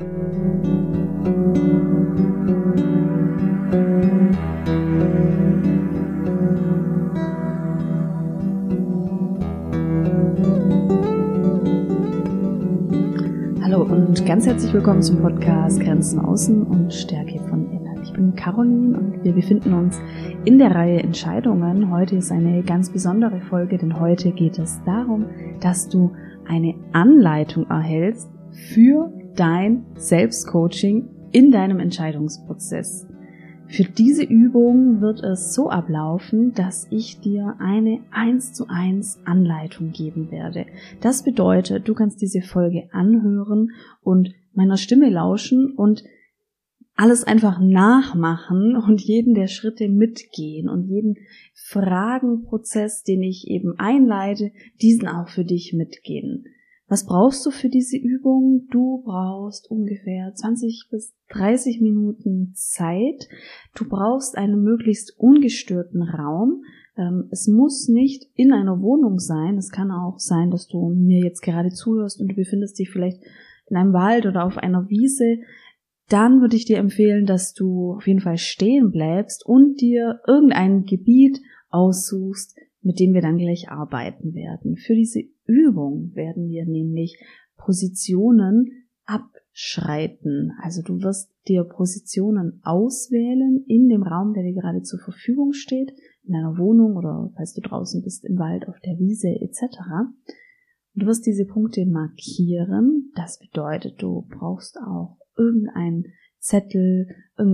Hallo und ganz herzlich willkommen zum Podcast Grenzen außen und Stärke von innen. Ich bin Caroline und wir befinden uns in der Reihe Entscheidungen. Heute ist eine ganz besondere Folge, denn heute geht es darum, dass du eine Anleitung erhältst für dein Selbstcoaching in deinem Entscheidungsprozess. Für diese Übung wird es so ablaufen, dass ich dir eine 1:1 Anleitung geben werde. Das bedeutet, du kannst diese Folge anhören und meiner Stimme lauschen und alles einfach nachmachen und jeden der Schritte mitgehen und jeden Fragenprozess, den ich eben einleite, diesen auch für dich mitgehen. Was brauchst du für diese Übung? Du brauchst ungefähr 20 bis 30 Minuten Zeit. Du brauchst einen möglichst ungestörten Raum. Es muss nicht in einer Wohnung sein. Es kann auch sein, dass du mir jetzt gerade zuhörst und du befindest dich vielleicht in einem Wald oder auf einer Wiese. Dann würde ich dir empfehlen, dass du auf jeden Fall stehen bleibst und dir irgendein Gebiet aussuchst, mit dem wir dann gleich arbeiten werden. Für diese Übung werden wir nämlich Positionen abschreiten. Also du wirst dir Positionen auswählen in dem Raum, der dir gerade zur Verfügung steht, in deiner Wohnung oder falls du draußen bist, im Wald, auf der Wiese etc. Und du wirst diese Punkte markieren. Das bedeutet, du brauchst auch irgendeinen Zettel,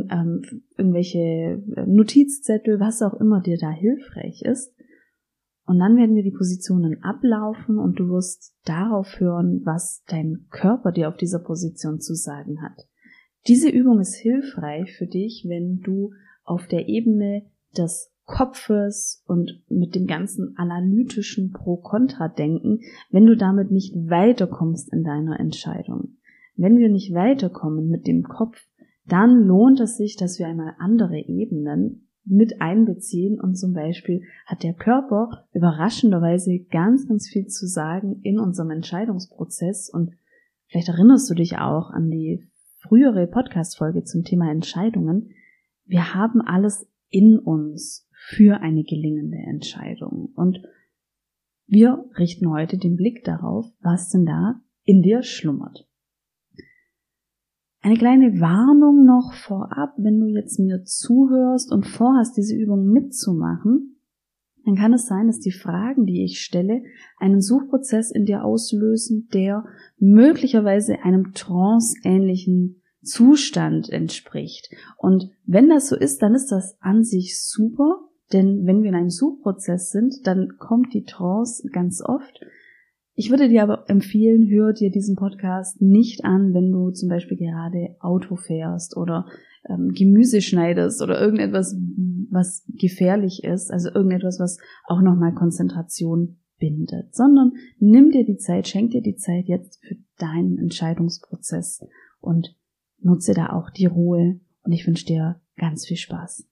irgendwelche Notizzettel, was auch immer dir da hilfreich ist. Und dann werden wir die Positionen ablaufen und du wirst darauf hören, was dein Körper dir auf dieser Position zu sagen hat. Diese Übung ist hilfreich für dich, wenn du auf der Ebene des Kopfes und mit dem ganzen analytischen Pro-Kontra-Denken, wenn du damit nicht weiterkommst in deiner Entscheidung. Wenn wir nicht weiterkommen mit dem Kopf, dann lohnt es sich, dass wir einmal andere Ebenen mit einbeziehen und zum Beispiel hat der Körper überraschenderweise ganz, ganz viel zu sagen in unserem Entscheidungsprozess und vielleicht erinnerst du dich auch an die frühere Podcast-Folge zum Thema Entscheidungen. Wir haben alles in uns für eine gelingende Entscheidung und wir richten heute den Blick darauf, was denn da in dir schlummert. Eine kleine Warnung noch vorab, wenn du jetzt mir zuhörst und vorhast, diese Übung mitzumachen, dann kann es sein, dass die Fragen, die ich stelle, einen Suchprozess in dir auslösen, der möglicherweise einem tranceähnlichen Zustand entspricht. Und wenn das so ist, dann ist das an sich super, denn wenn wir in einem Suchprozess sind, dann kommt die Trance ganz oft. Ich würde dir aber empfehlen, hör dir diesen Podcast nicht an, wenn du zum Beispiel gerade Auto fährst oder Gemüse schneidest oder irgendetwas, was gefährlich ist, also irgendetwas, was auch nochmal Konzentration bindet, sondern nimm dir die Zeit, schenk dir die Zeit jetzt für deinen Entscheidungsprozess und nutze da auch die Ruhe und ich wünsche dir ganz viel Spaß.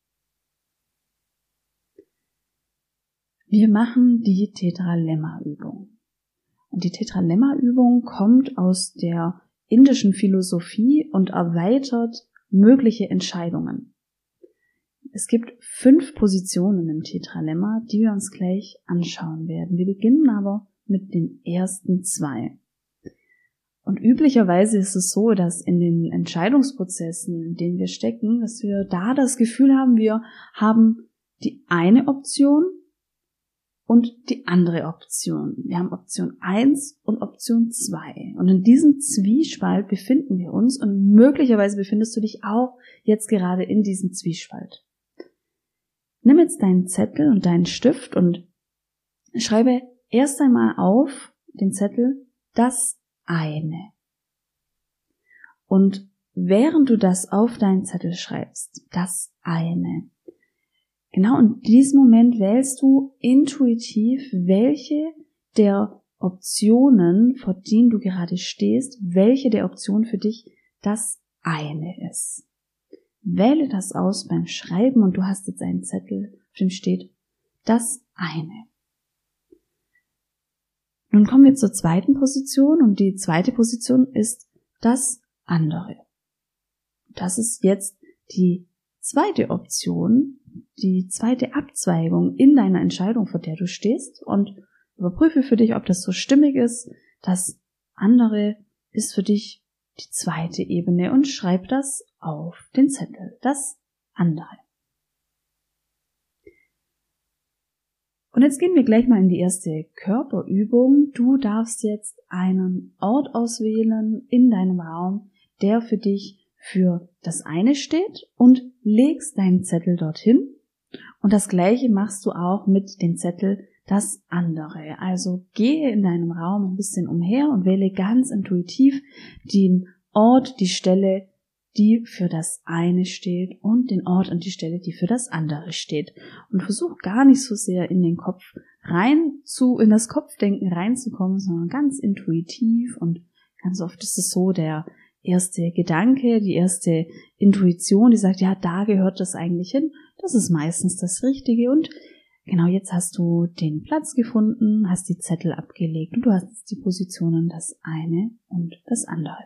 Wir machen die Tetralemma-Übung. Und die Tetralemma-Übung kommt aus der indischen Philosophie und erweitert mögliche Entscheidungen. Es gibt 5 Positionen im Tetralemma, die wir uns gleich anschauen werden. Wir beginnen aber mit den ersten 2. Und üblicherweise ist es so, dass in den Entscheidungsprozessen, in denen wir stecken, dass wir da das Gefühl haben, wir haben die eine Option und die andere Option. Wir haben Option 1 und Option 2. Und in diesem Zwiespalt befinden wir uns und möglicherweise befindest du dich auch jetzt gerade in diesem Zwiespalt. Nimm jetzt deinen Zettel und deinen Stift und schreibe erst einmal auf den Zettel das eine. Und während du das auf deinen Zettel schreibst, das eine, genau in diesem Moment wählst du intuitiv, welche der Optionen, vor denen du gerade stehst, welche der Optionen für dich das eine ist. Wähle das aus beim Schreiben und du hast jetzt einen Zettel, auf dem steht das eine. Nun kommen wir zur zweiten Position und die zweite Position ist das andere. Das ist jetzt die zweite Option, die zweite Abzweigung in deiner Entscheidung, vor der du stehst, und überprüfe für dich, ob das so stimmig ist. Das andere ist für dich die zweite Ebene und schreib das auf den Zettel, das andere. Und jetzt gehen wir gleich mal in die erste Körperübung. Du darfst jetzt einen Ort auswählen in deinem Raum, der für dich für das eine steht, und legst deinen Zettel dorthin. Und das Gleiche machst du auch mit dem Zettel das andere. Also gehe in deinem Raum ein bisschen umher und wähle ganz intuitiv den Ort, die Stelle, die für das eine steht, und den Ort und die Stelle, die für das andere steht. Und versuch gar nicht so sehr in den Kopf in das Kopfdenken reinzukommen, sondern ganz intuitiv. Und ganz oft ist es so der erste Gedanke, die erste Intuition, die sagt, ja, da gehört das eigentlich hin. Das ist meistens das Richtige. Und genau, jetzt hast du den Platz gefunden, hast die Zettel abgelegt und du hast jetzt die Positionen, das eine und das andere.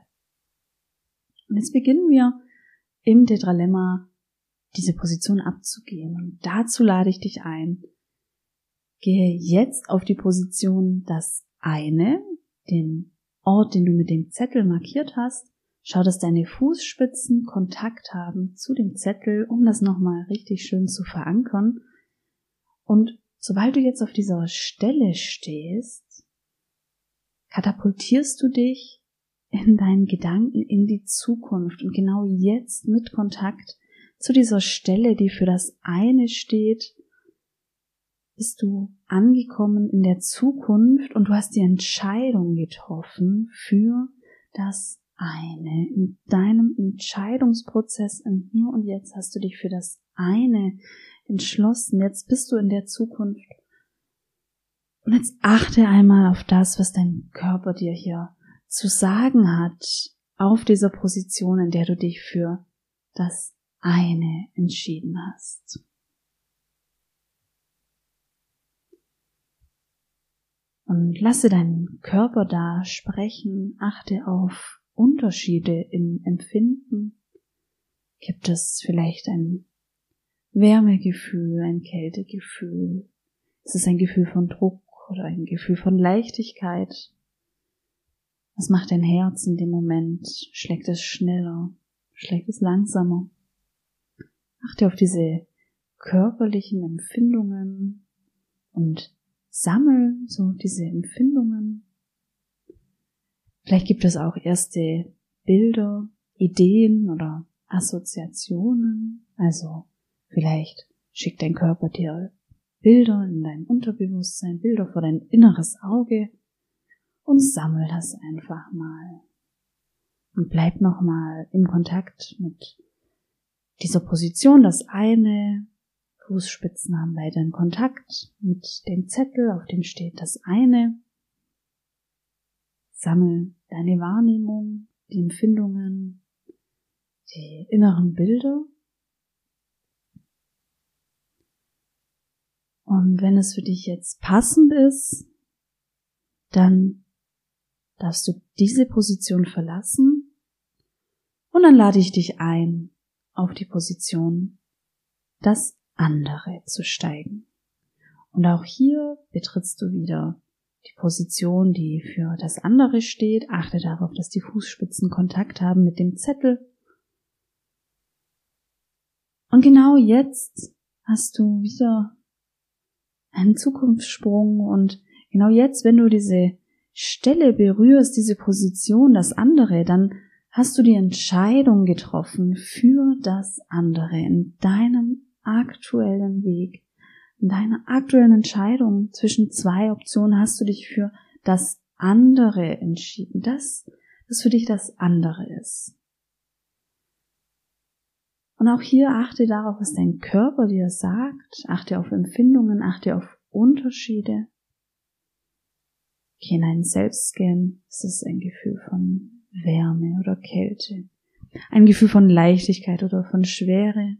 Und jetzt beginnen wir im Tetralemma diese Position abzugehen. Und dazu lade ich dich ein. Gehe jetzt auf die Position das eine, den Ort, den du mit dem Zettel markiert hast. Schau, dass deine Fußspitzen Kontakt haben zu dem Zettel, um das nochmal richtig schön zu verankern. Und sobald du jetzt auf dieser Stelle stehst, katapultierst du dich in deinen Gedanken in die Zukunft und genau jetzt mit Kontakt zu dieser Stelle, die für das eine steht, bist du angekommen in der Zukunft und du hast die Entscheidung getroffen für das eine. In deinem Entscheidungsprozess im Hier und Jetzt hast du dich für das eine entschlossen. Jetzt bist du in der Zukunft. Und jetzt achte einmal auf das, was dein Körper dir hier zu sagen hat, auf dieser Position, in der du dich für das eine entschieden hast. Und lasse deinen Körper da sprechen, achte auf Unterschiede im Empfinden. Gibt es vielleicht ein Wärmegefühl, ein Kältegefühl? Ist es ein Gefühl von Druck oder ein Gefühl von Leichtigkeit? Was macht dein Herz in dem Moment? Schlägt es schneller? Schlägt es langsamer? Achte auf diese körperlichen Empfindungen und sammel so diese Empfindungen. Vielleicht gibt es auch erste Bilder, Ideen oder Assoziationen. Also vielleicht schickt dein Körper dir Bilder in dein Unterbewusstsein, Bilder vor dein inneres Auge. Und sammel das einfach mal. Und bleib nochmal im Kontakt mit dieser Position. Das eine, Fußspitzen haben weiterhin Kontakt mit dem Zettel, auf dem steht das eine. Sammel deine Wahrnehmung, die Empfindungen, die inneren Bilder. Und wenn es für dich jetzt passend ist, dann darfst du diese Position verlassen und dann lade ich dich ein, auf die Position das andere zu steigen. Und auch hier betrittst du wieder die Position, die für das andere steht. Achte darauf, dass die Fußspitzen Kontakt haben mit dem Zettel. Und genau jetzt hast du wieder einen Zukunftssprung und genau jetzt, wenn du diese Stelle berührst, diese Position, das andere, dann hast du die Entscheidung getroffen für das andere in deinem aktuellen Weg. In deiner aktuellen Entscheidung zwischen zwei Optionen hast du dich für das andere entschieden, das für dich das andere ist. Und auch hier achte darauf, was dein Körper dir sagt, achte auf Empfindungen, achte auf Unterschiede. Geh in einen Selbstscan, es ist ein Gefühl von Wärme oder Kälte, ein Gefühl von Leichtigkeit oder von Schwere.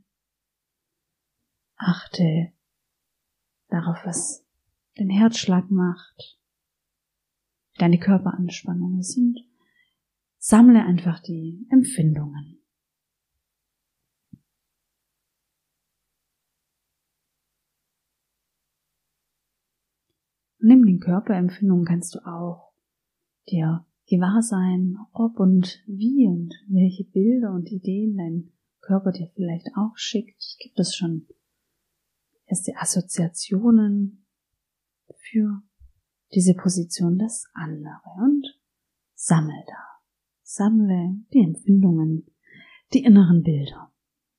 Achte darauf, was den Herzschlag macht, deine Körperanspannung ist und sammle einfach die Empfindungen. Und neben den Körperempfindungen kannst du auch dir gewahr sein, ob und wie und welche Bilder und Ideen dein Körper dir vielleicht auch schickt. Gibt es schon erste Assoziationen für diese Position das andere und sammle die Empfindungen, die inneren Bilder.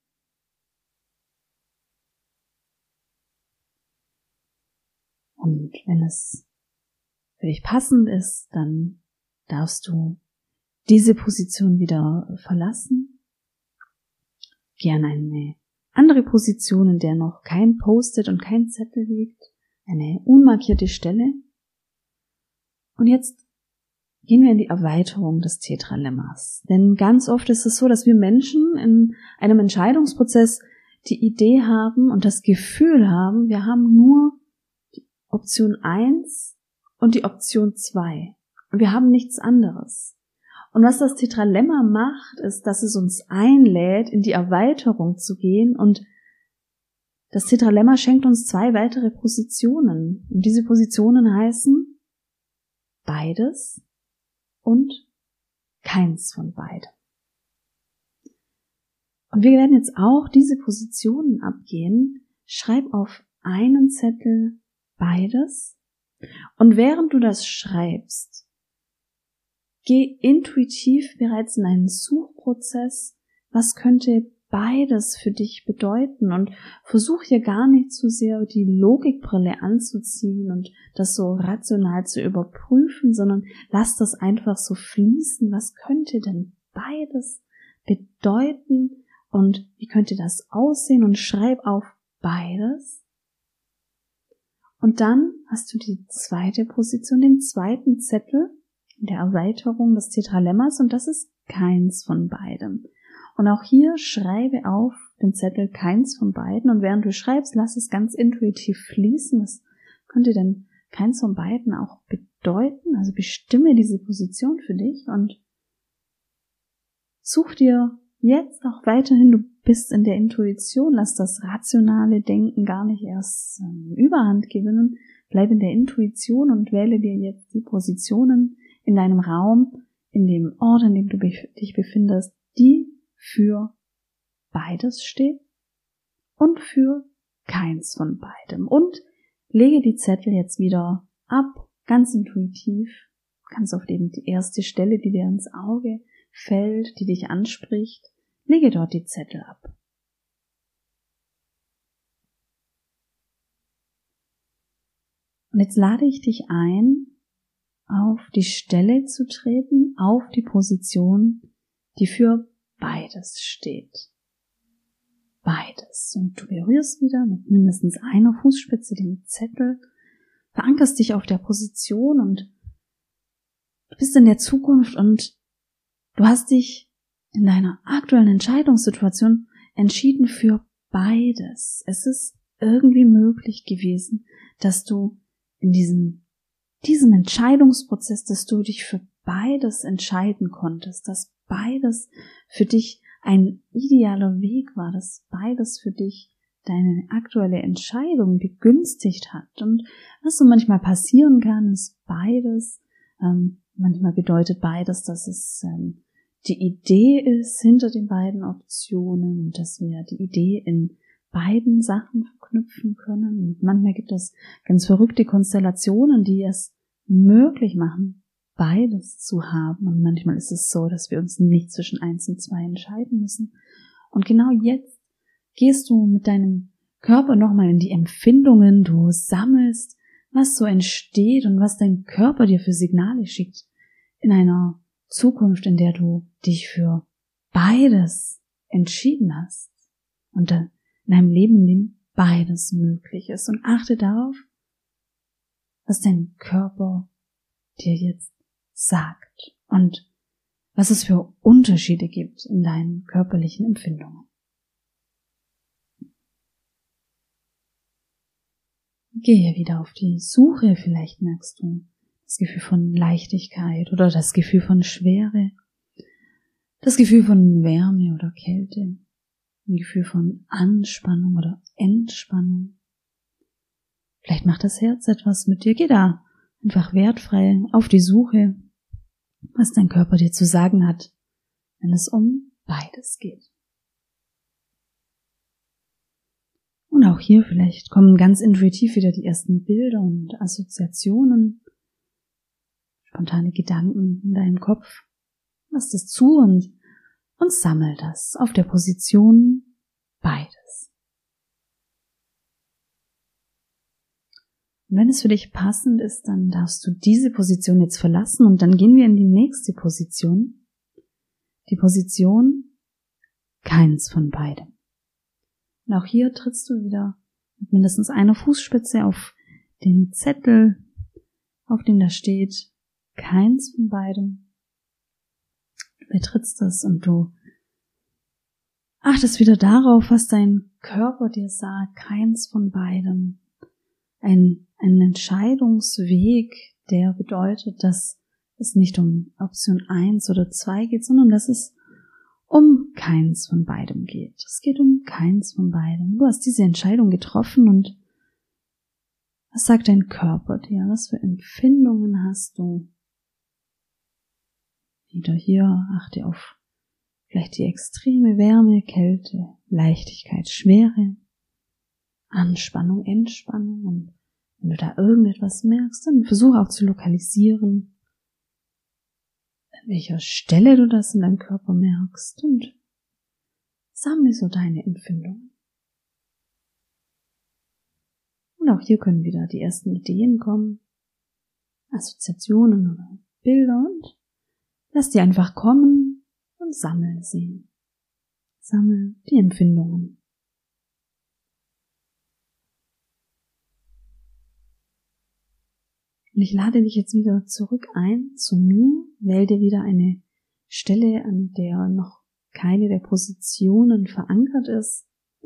Und wenn es für dich passend ist, dann darfst du diese Position wieder verlassen. Geh an eine andere Position, in der noch kein Post-it und kein Zettel liegt, eine unmarkierte Stelle. Und jetzt gehen wir in die Erweiterung des Tetralemmas. Denn ganz oft ist es so, dass wir Menschen in einem Entscheidungsprozess die Idee haben und das Gefühl haben, wir haben nur die Option 1 und die Option 2. Und wir haben nichts anderes. Und was das Tetralemma macht, ist, dass es uns einlädt, in die Erweiterung zu gehen. Und das Tetralemma schenkt uns 2 weitere Positionen. Und diese Positionen heißen beides und keins von beidem. Und wir werden jetzt auch diese Positionen abgehen. Schreib auf einen Zettel beides. Und während du das schreibst, geh intuitiv bereits in einen Suchprozess, was könnte beides für dich bedeuten, und versuch hier gar nicht zu sehr die Logikbrille anzuziehen und das so rational zu überprüfen, sondern lass das einfach so fließen. Was könnte denn beides bedeuten und wie könnte das aussehen, und schreib auf beides. Und dann hast du die zweite Position, den zweiten Zettel in der Erweiterung des Tetralemmas, und das ist keins von beidem. Und auch hier schreibe auf den Zettel keins von beiden, und während du schreibst, lass es ganz intuitiv fließen. Was könnte denn keins von beiden auch bedeuten? Also bestimme diese Position für dich und such dir jetzt auch weiterhin, du bist in der Intuition, lass das rationale Denken gar nicht erst Überhand gewinnen, bleib in der Intuition und wähle dir jetzt die Positionen in deinem Raum, in dem Ort, in dem du dich befindest, die für beides steht und für keins von beidem. Und lege die Zettel jetzt wieder ab, ganz intuitiv, ganz auf eben die erste Stelle, die dir ins Auge fällt, die dich anspricht. Lege dort die Zettel ab. Und jetzt lade ich dich ein, auf die Stelle zu treten, auf die Position, die für beides steht. Beides. Und du berührst wieder mit mindestens einer Fußspitze den Zettel, verankerst dich auf der Position und du bist in der Zukunft und du hast dich in deiner aktuellen Entscheidungssituation entschieden für beides. Es ist irgendwie möglich gewesen, dass du in diesem Entscheidungsprozess, dass du dich für beides entscheiden konntest, dass beides für dich ein idealer Weg war, dass beides für dich deine aktuelle Entscheidung begünstigt hat. Und was so manchmal passieren kann, ist beides, manchmal bedeutet beides, dass es die Idee ist hinter den beiden Optionen und dass wir die Idee in beiden Sachen verknüpfen können. Und manchmal gibt es ganz verrückte Konstellationen, die es möglich machen, beides zu haben. Und manchmal ist es so, dass wir uns nicht zwischen 1 und 2 entscheiden müssen. Und genau jetzt gehst du mit deinem Körper nochmal in die Empfindungen, du sammelst, was so entsteht und was dein Körper dir für Signale schickt in einer Zukunft, in der du dich für beides entschieden hast und in einem Leben, in dem beides möglich ist. Und achte darauf, was dein Körper dir jetzt sagt und was es für Unterschiede gibt in deinen körperlichen Empfindungen. Gehe wieder auf die Suche, vielleicht merkst du das Gefühl von Leichtigkeit oder das Gefühl von Schwere. Das Gefühl von Wärme oder Kälte, ein Gefühl von Anspannung oder Entspannung. Vielleicht macht das Herz etwas mit dir. Geh da einfach wertfrei auf die Suche, was dein Körper dir zu sagen hat, wenn es um beides geht. Und auch hier vielleicht kommen ganz intuitiv wieder die ersten Bilder und Assoziationen, spontane Gedanken in deinem Kopf. Lass das zu und sammel das auf der Position beides. Und wenn es für dich passend ist, dann darfst du diese Position jetzt verlassen und dann gehen wir in die nächste Position. Die Position keins von beidem. Und auch hier trittst du wieder mit mindestens einer Fußspitze auf den Zettel, auf dem da steht keins von beidem. Du betrittst das und du achtest wieder darauf, was dein Körper dir sagt, keins von beidem. Ein Entscheidungsweg, der bedeutet, dass es nicht um Option 1 oder 2 geht, sondern dass es um keins von beidem geht. Es geht um keins von beidem. Du hast diese Entscheidung getroffen und was sagt dein Körper dir? Was für Empfindungen hast du? Wieder hier, achte auf vielleicht die extreme Wärme, Kälte, Leichtigkeit, Schwere, Anspannung, Entspannung. Und wenn du da irgendetwas merkst, dann versuch auch zu lokalisieren, an welcher Stelle du das in deinem Körper merkst und sammle so deine Empfindungen. Und auch hier können wieder die ersten Ideen kommen, Assoziationen oder Bilder und lass die einfach kommen und sammle sie. Sammle die Empfindungen. Und ich lade dich jetzt wieder zurück ein zu mir. Wähl dir wieder eine Stelle, an der noch keine der Positionen verankert ist.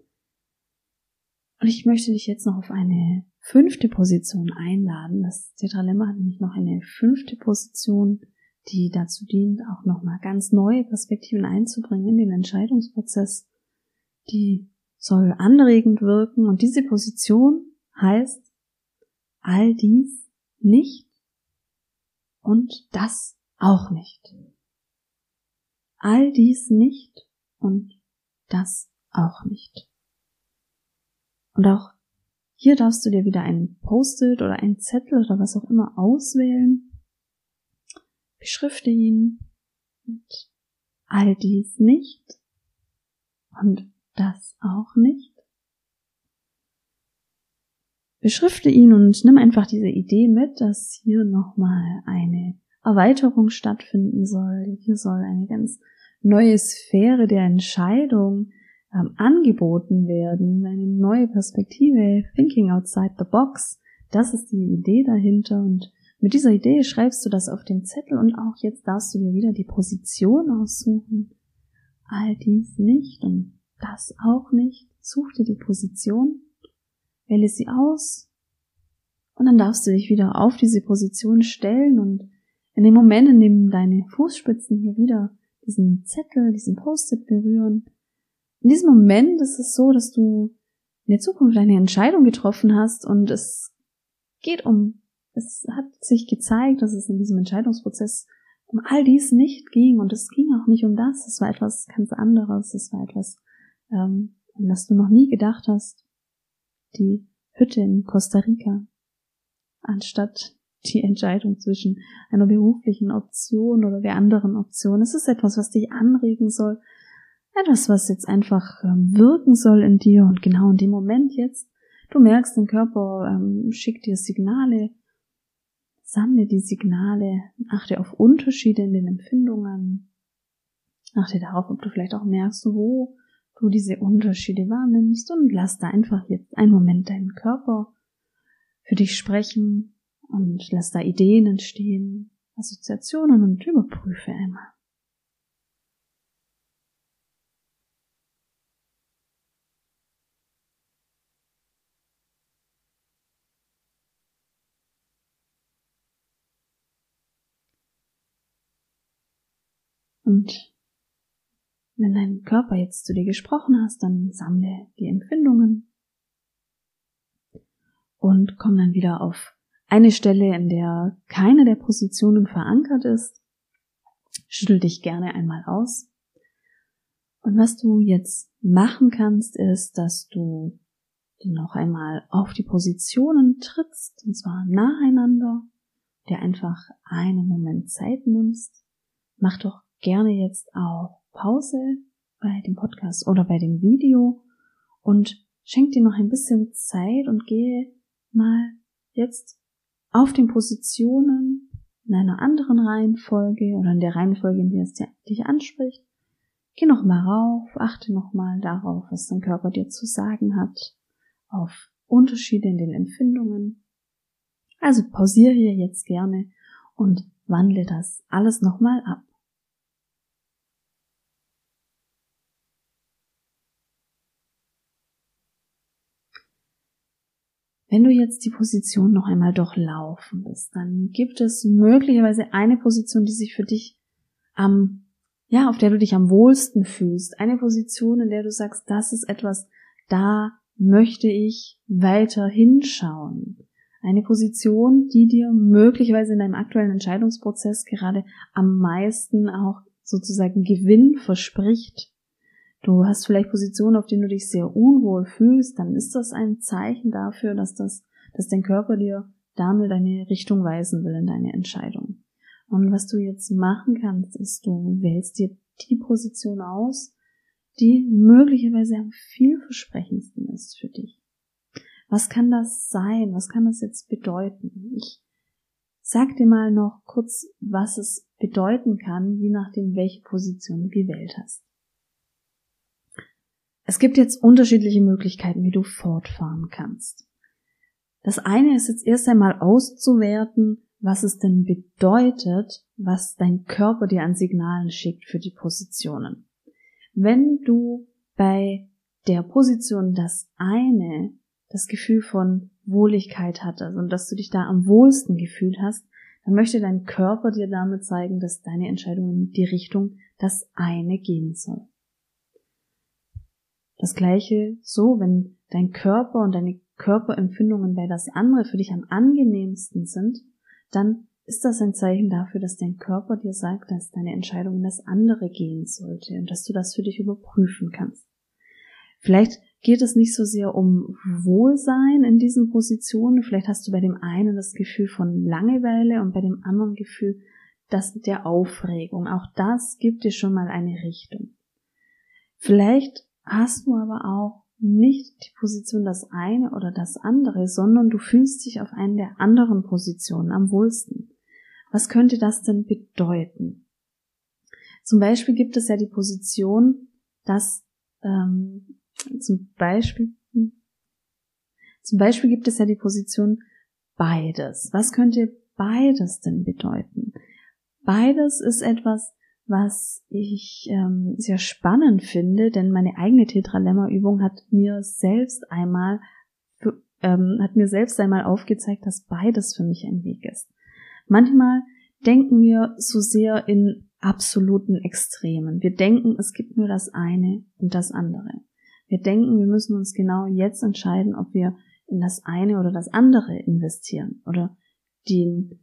Und ich möchte dich jetzt noch auf eine 5. Position einladen. Das Tetralemma hat nämlich noch eine 5. Position, die dazu dient, auch nochmal ganz neue Perspektiven einzubringen in den Entscheidungsprozess. Die soll anregend wirken und diese Position heißt all dies nicht und das auch nicht. All dies nicht und das auch nicht. Und auch hier darfst du dir wieder ein Post-it oder ein Zettel oder was auch immer auswählen. Beschrifte ihn mit all dies nicht und das auch nicht. Beschrifte ihn und nimm einfach diese Idee mit, dass hier nochmal eine Erweiterung stattfinden soll. Hier soll eine ganz neue Sphäre der Entscheidung angeboten werden, eine neue Perspektive, thinking outside the box. Das ist die Idee dahinter und mit dieser Idee schreibst du das auf den Zettel und auch jetzt darfst du dir wieder die Position aussuchen. All dies nicht und das auch nicht. Such dir die Position. Wähle sie aus und dann darfst du dich wieder auf diese Position stellen und in dem Moment, in dem deine Fußspitzen hier wieder diesen Zettel, diesen Post-it berühren, in diesem Moment ist es so, dass du in der Zukunft eine Entscheidung getroffen hast und es hat sich gezeigt, dass es in diesem Entscheidungsprozess um all dies nicht ging und es ging auch nicht um das, es war etwas ganz anderes, es war etwas, an das du noch nie gedacht hast. Die Hütte in Costa Rica, anstatt die Entscheidung zwischen einer beruflichen Option oder der anderen Option. Es ist etwas, was dich anregen soll, etwas, was jetzt einfach wirken soll in dir und genau in dem Moment jetzt, du merkst, dein Körper schickt dir Signale, sammle die Signale, achte auf Unterschiede in den Empfindungen, achte darauf, ob du vielleicht auch merkst, wo du diese Unterschiede wahrnimmst und lass da einfach jetzt einen Moment deinen Körper für dich sprechen und lass da Ideen entstehen, Assoziationen und überprüfe einmal. Und wenn dein Körper jetzt zu dir gesprochen hast, dann sammle die Empfindungen und komm dann wieder auf eine Stelle, in der keine der Positionen verankert ist. Schüttel dich gerne einmal aus. Und was du jetzt machen kannst, ist, dass du noch einmal auf die Positionen trittst, und zwar nacheinander, dir einfach einen Moment Zeit nimmst. Mach doch gerne jetzt auch Pause bei dem Podcast oder bei dem Video und schenk dir noch ein bisschen Zeit und gehe mal jetzt auf den Positionen in einer anderen Reihenfolge oder in der Reihenfolge, in der es dich anspricht. Geh noch mal rauf, achte noch mal darauf, was dein Körper dir zu sagen hat, auf Unterschiede in den Empfindungen. Also pausiere hier jetzt gerne und wandle das alles noch mal ab. Wenn du jetzt die Position noch einmal durchlaufen bist, dann gibt es möglicherweise eine Position, die sich für dich auf der du dich am wohlsten fühlst. Eine Position, in der du sagst, das ist etwas, da möchte ich weiter hinschauen. Eine Position, die dir möglicherweise in deinem aktuellen Entscheidungsprozess gerade am meisten auch sozusagen Gewinn verspricht. Du hast vielleicht Positionen, auf denen du dich sehr unwohl fühlst, dann ist das ein Zeichen dafür, dass dein Körper dir damit eine Richtung weisen will in deine Entscheidung. Und was du jetzt machen kannst, ist, du wählst dir die Position aus, die möglicherweise am vielversprechendsten ist für dich. Was kann das sein? Was kann das jetzt bedeuten? Ich sag dir mal noch kurz, was es bedeuten kann, je nachdem, welche Position du gewählt hast. Es gibt jetzt unterschiedliche Möglichkeiten, wie du fortfahren kannst. Das eine ist jetzt erst einmal auszuwerten, was es denn bedeutet, was dein Körper dir an Signalen schickt für die Positionen. Wenn du bei der Position das Gefühl von Wohligkeit hattest und dass du dich da am wohlsten gefühlt hast, dann möchte dein Körper dir damit zeigen, dass deine Entscheidung in die Richtung das eine gehen soll. Das Gleiche so, wenn dein Körper und deine Körperempfindungen bei das andere für dich am angenehmsten sind, dann ist das ein Zeichen dafür, dass dein Körper dir sagt, dass deine Entscheidung in das andere gehen sollte und dass du das für dich überprüfen kannst. Vielleicht geht es nicht so sehr um Wohlsein in diesen Positionen, vielleicht hast du bei dem einen das Gefühl von Langeweile und bei dem anderen Gefühl der Aufregung. Auch das gibt dir schon mal eine Richtung. Vielleicht hast du aber auch nicht die Position das eine oder das andere, sondern du fühlst dich auf einen der anderen Positionen am wohlsten. Was könnte das denn bedeuten? Zum Beispiel gibt es ja die Position, dass zum Beispiel gibt es ja die Position beides. Was könnte beides denn bedeuten? Beides ist etwas, was ich sehr spannend finde, denn meine eigene Tetralemma-Übung hat mir selbst einmal aufgezeigt, dass beides für mich ein Weg ist. Manchmal denken wir so sehr in absoluten Extremen. Wir denken, es gibt nur das eine und das andere. Wir denken, wir müssen uns genau jetzt entscheiden, ob wir in das eine oder das andere investieren oder den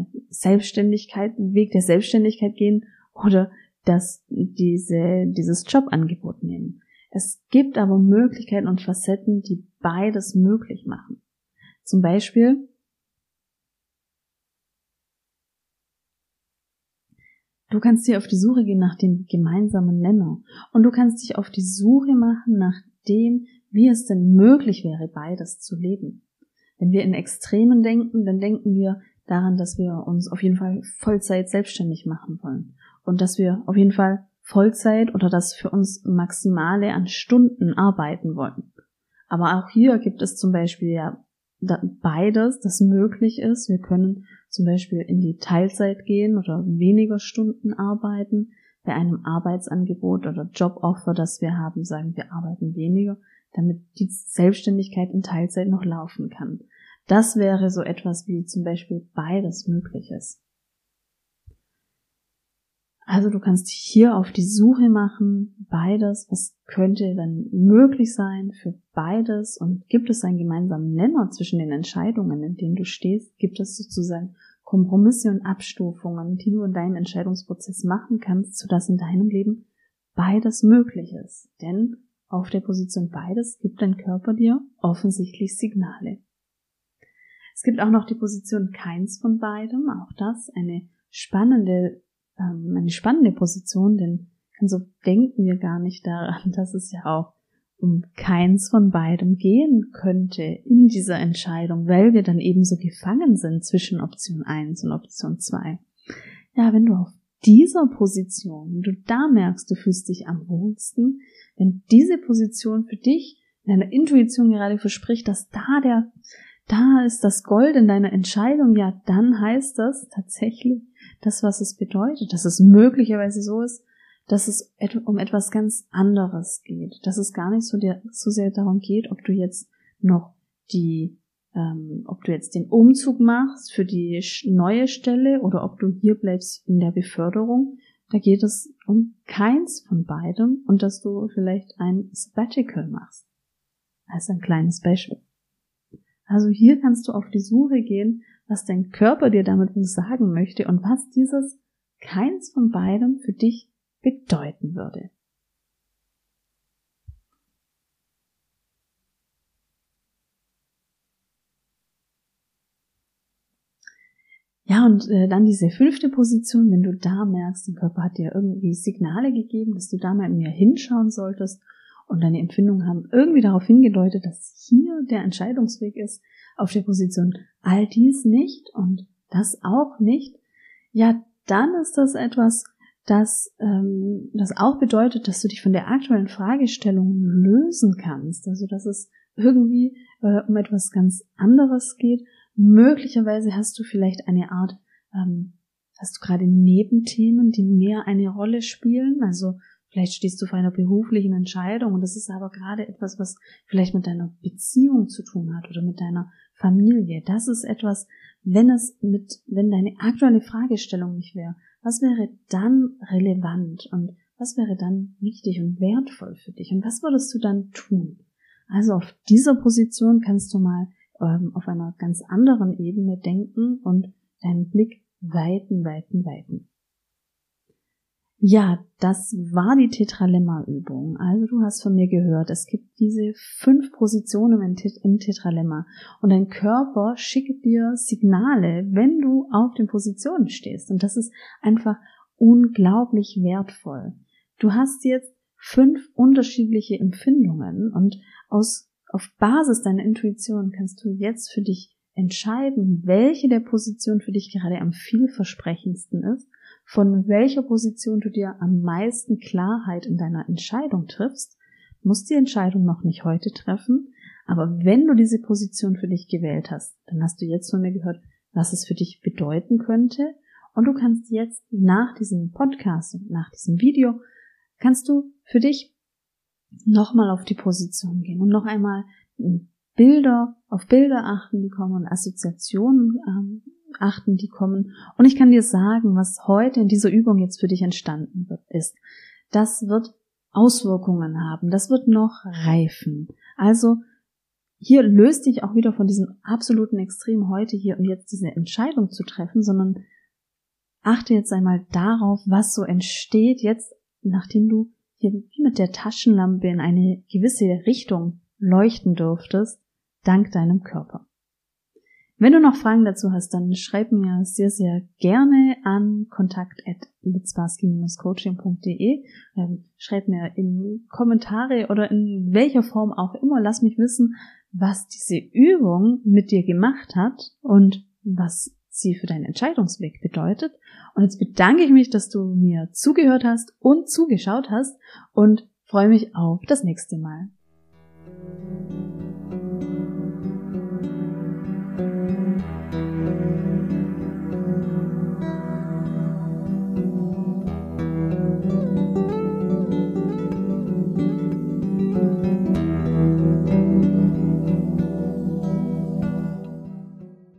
Weg der Selbstständigkeit gehen oder dieses Jobangebot nehmen. Es gibt aber Möglichkeiten und Facetten, die beides möglich machen. Zum Beispiel du kannst dir auf die Suche gehen nach dem gemeinsamen Nenner und du kannst dich auf die Suche machen nach dem, wie es denn möglich wäre, beides zu leben. Wenn wir in Extremen denken, dann denken wir daran, dass wir uns auf jeden Fall Vollzeit selbstständig machen wollen und dass wir auf jeden Fall Vollzeit oder das für uns Maximale an Stunden arbeiten wollen. Aber auch hier gibt es zum Beispiel ja beides, das möglich ist. Wir können zum Beispiel in die Teilzeit gehen oder weniger Stunden arbeiten. Bei einem Arbeitsangebot oder Joboffer, das wir haben, sagen wir arbeiten weniger, damit die Selbstständigkeit in Teilzeit noch laufen kann. Das wäre so etwas, wie zum Beispiel beides möglich ist. Also du kannst dich hier auf die Suche machen, beides, was könnte dann möglich sein für beides und gibt es einen gemeinsamen Nenner zwischen den Entscheidungen, in denen du stehst, gibt es sozusagen Kompromisse und Abstufungen, die du in deinem Entscheidungsprozess machen kannst, sodass in deinem Leben beides möglich ist. Denn auf der Position beides gibt dein Körper dir offensichtlich Signale. Es gibt auch noch die Position keins von beidem, auch das eine spannende Position, denn so denken wir gar nicht daran, dass es ja auch um keins von beidem gehen könnte in dieser Entscheidung, weil wir dann eben so gefangen sind zwischen Option 1 und Option 2. Ja, wenn du auf dieser Position, wenn du da merkst, du fühlst dich am wohlsten, wenn diese Position für dich in deiner Intuition gerade verspricht, dass da ist das Gold in deiner Entscheidung, ja, dann heißt das tatsächlich das, was es bedeutet, dass es möglicherweise so ist, dass es um etwas ganz anderes geht, dass es gar nicht so sehr darum geht, ob du jetzt den Umzug machst für die neue Stelle oder ob du hier bleibst in der Beförderung. Da geht es um keins von beidem und dass du vielleicht ein Sabbatical machst. Als ein kleines Beispiel. Also hier kannst du auf die Suche gehen, was dein Körper dir damit sagen möchte und was dieses keins von beidem für dich bedeuten würde. Ja, und dann diese 5. Position, wenn du da merkst, dein Körper hat dir irgendwie Signale gegeben, dass du da mal mehr hinschauen solltest und deine Empfindungen haben irgendwie darauf hingedeutet, dass hier der Entscheidungsweg ist, auf der Position all dies nicht und das auch nicht, ja, dann ist das etwas, das auch bedeutet, dass du dich von der aktuellen Fragestellung lösen kannst, also dass es irgendwie um etwas ganz anderes geht. Möglicherweise hast du vielleicht eine Art, hast du gerade Nebenthemen, die mehr eine Rolle spielen, also vielleicht stehst du vor einer beruflichen Entscheidung und das ist aber gerade etwas, was vielleicht mit deiner Beziehung zu tun hat oder mit deiner Familie. Das ist etwas, wenn deine aktuelle Fragestellung nicht wäre, was wäre dann relevant und was wäre dann wichtig und wertvoll für dich und was würdest du dann tun? Also auf dieser Position kannst du mal auf einer ganz anderen Ebene denken und deinen Blick weiten. Ja, das war die Tetralemma-Übung. Also du hast von mir gehört, es gibt diese 5 Positionen im Tetralemma und dein Körper schickt dir Signale, wenn du auf den Positionen stehst und das ist einfach unglaublich wertvoll. Du hast jetzt 5 unterschiedliche Empfindungen und auf Basis deiner Intuition kannst du jetzt für dich entscheiden, welche der Positionen für dich gerade am vielversprechendsten ist, von welcher Position du dir am meisten Klarheit in deiner Entscheidung triffst. Du musst die Entscheidung noch nicht heute treffen, aber wenn du diese Position für dich gewählt hast, dann hast du jetzt von mir gehört, was es für dich bedeuten könnte und du kannst jetzt nach diesem Podcast und nach diesem Video, kannst du für dich nochmal auf die Position gehen und noch einmal auf Bilder achten, die kommen, und Assoziationen achten, die kommen. Und ich kann dir sagen, was heute in dieser Übung jetzt für dich entstanden ist. Das wird Auswirkungen haben. Das wird noch reifen. Also hier löst dich auch wieder von diesem absoluten Extrem heute hier und jetzt diese Entscheidung zu treffen, sondern achte jetzt einmal darauf, was so entsteht jetzt, nachdem du hier wie mit der Taschenlampe in eine gewisse Richtung leuchten durftest, dank deinem Körper. Wenn du noch Fragen dazu hast, dann schreib mir sehr, sehr gerne an kontakt@litzbarski-coaching.de. Schreib mir in Kommentare oder in welcher Form auch immer. Lass mich wissen, was diese Übung mit dir gemacht hat und was sie für deinen Entscheidungsweg bedeutet. Und jetzt bedanke ich mich, dass du mir zugehört hast und zugeschaut hast und freue mich auf das nächste Mal.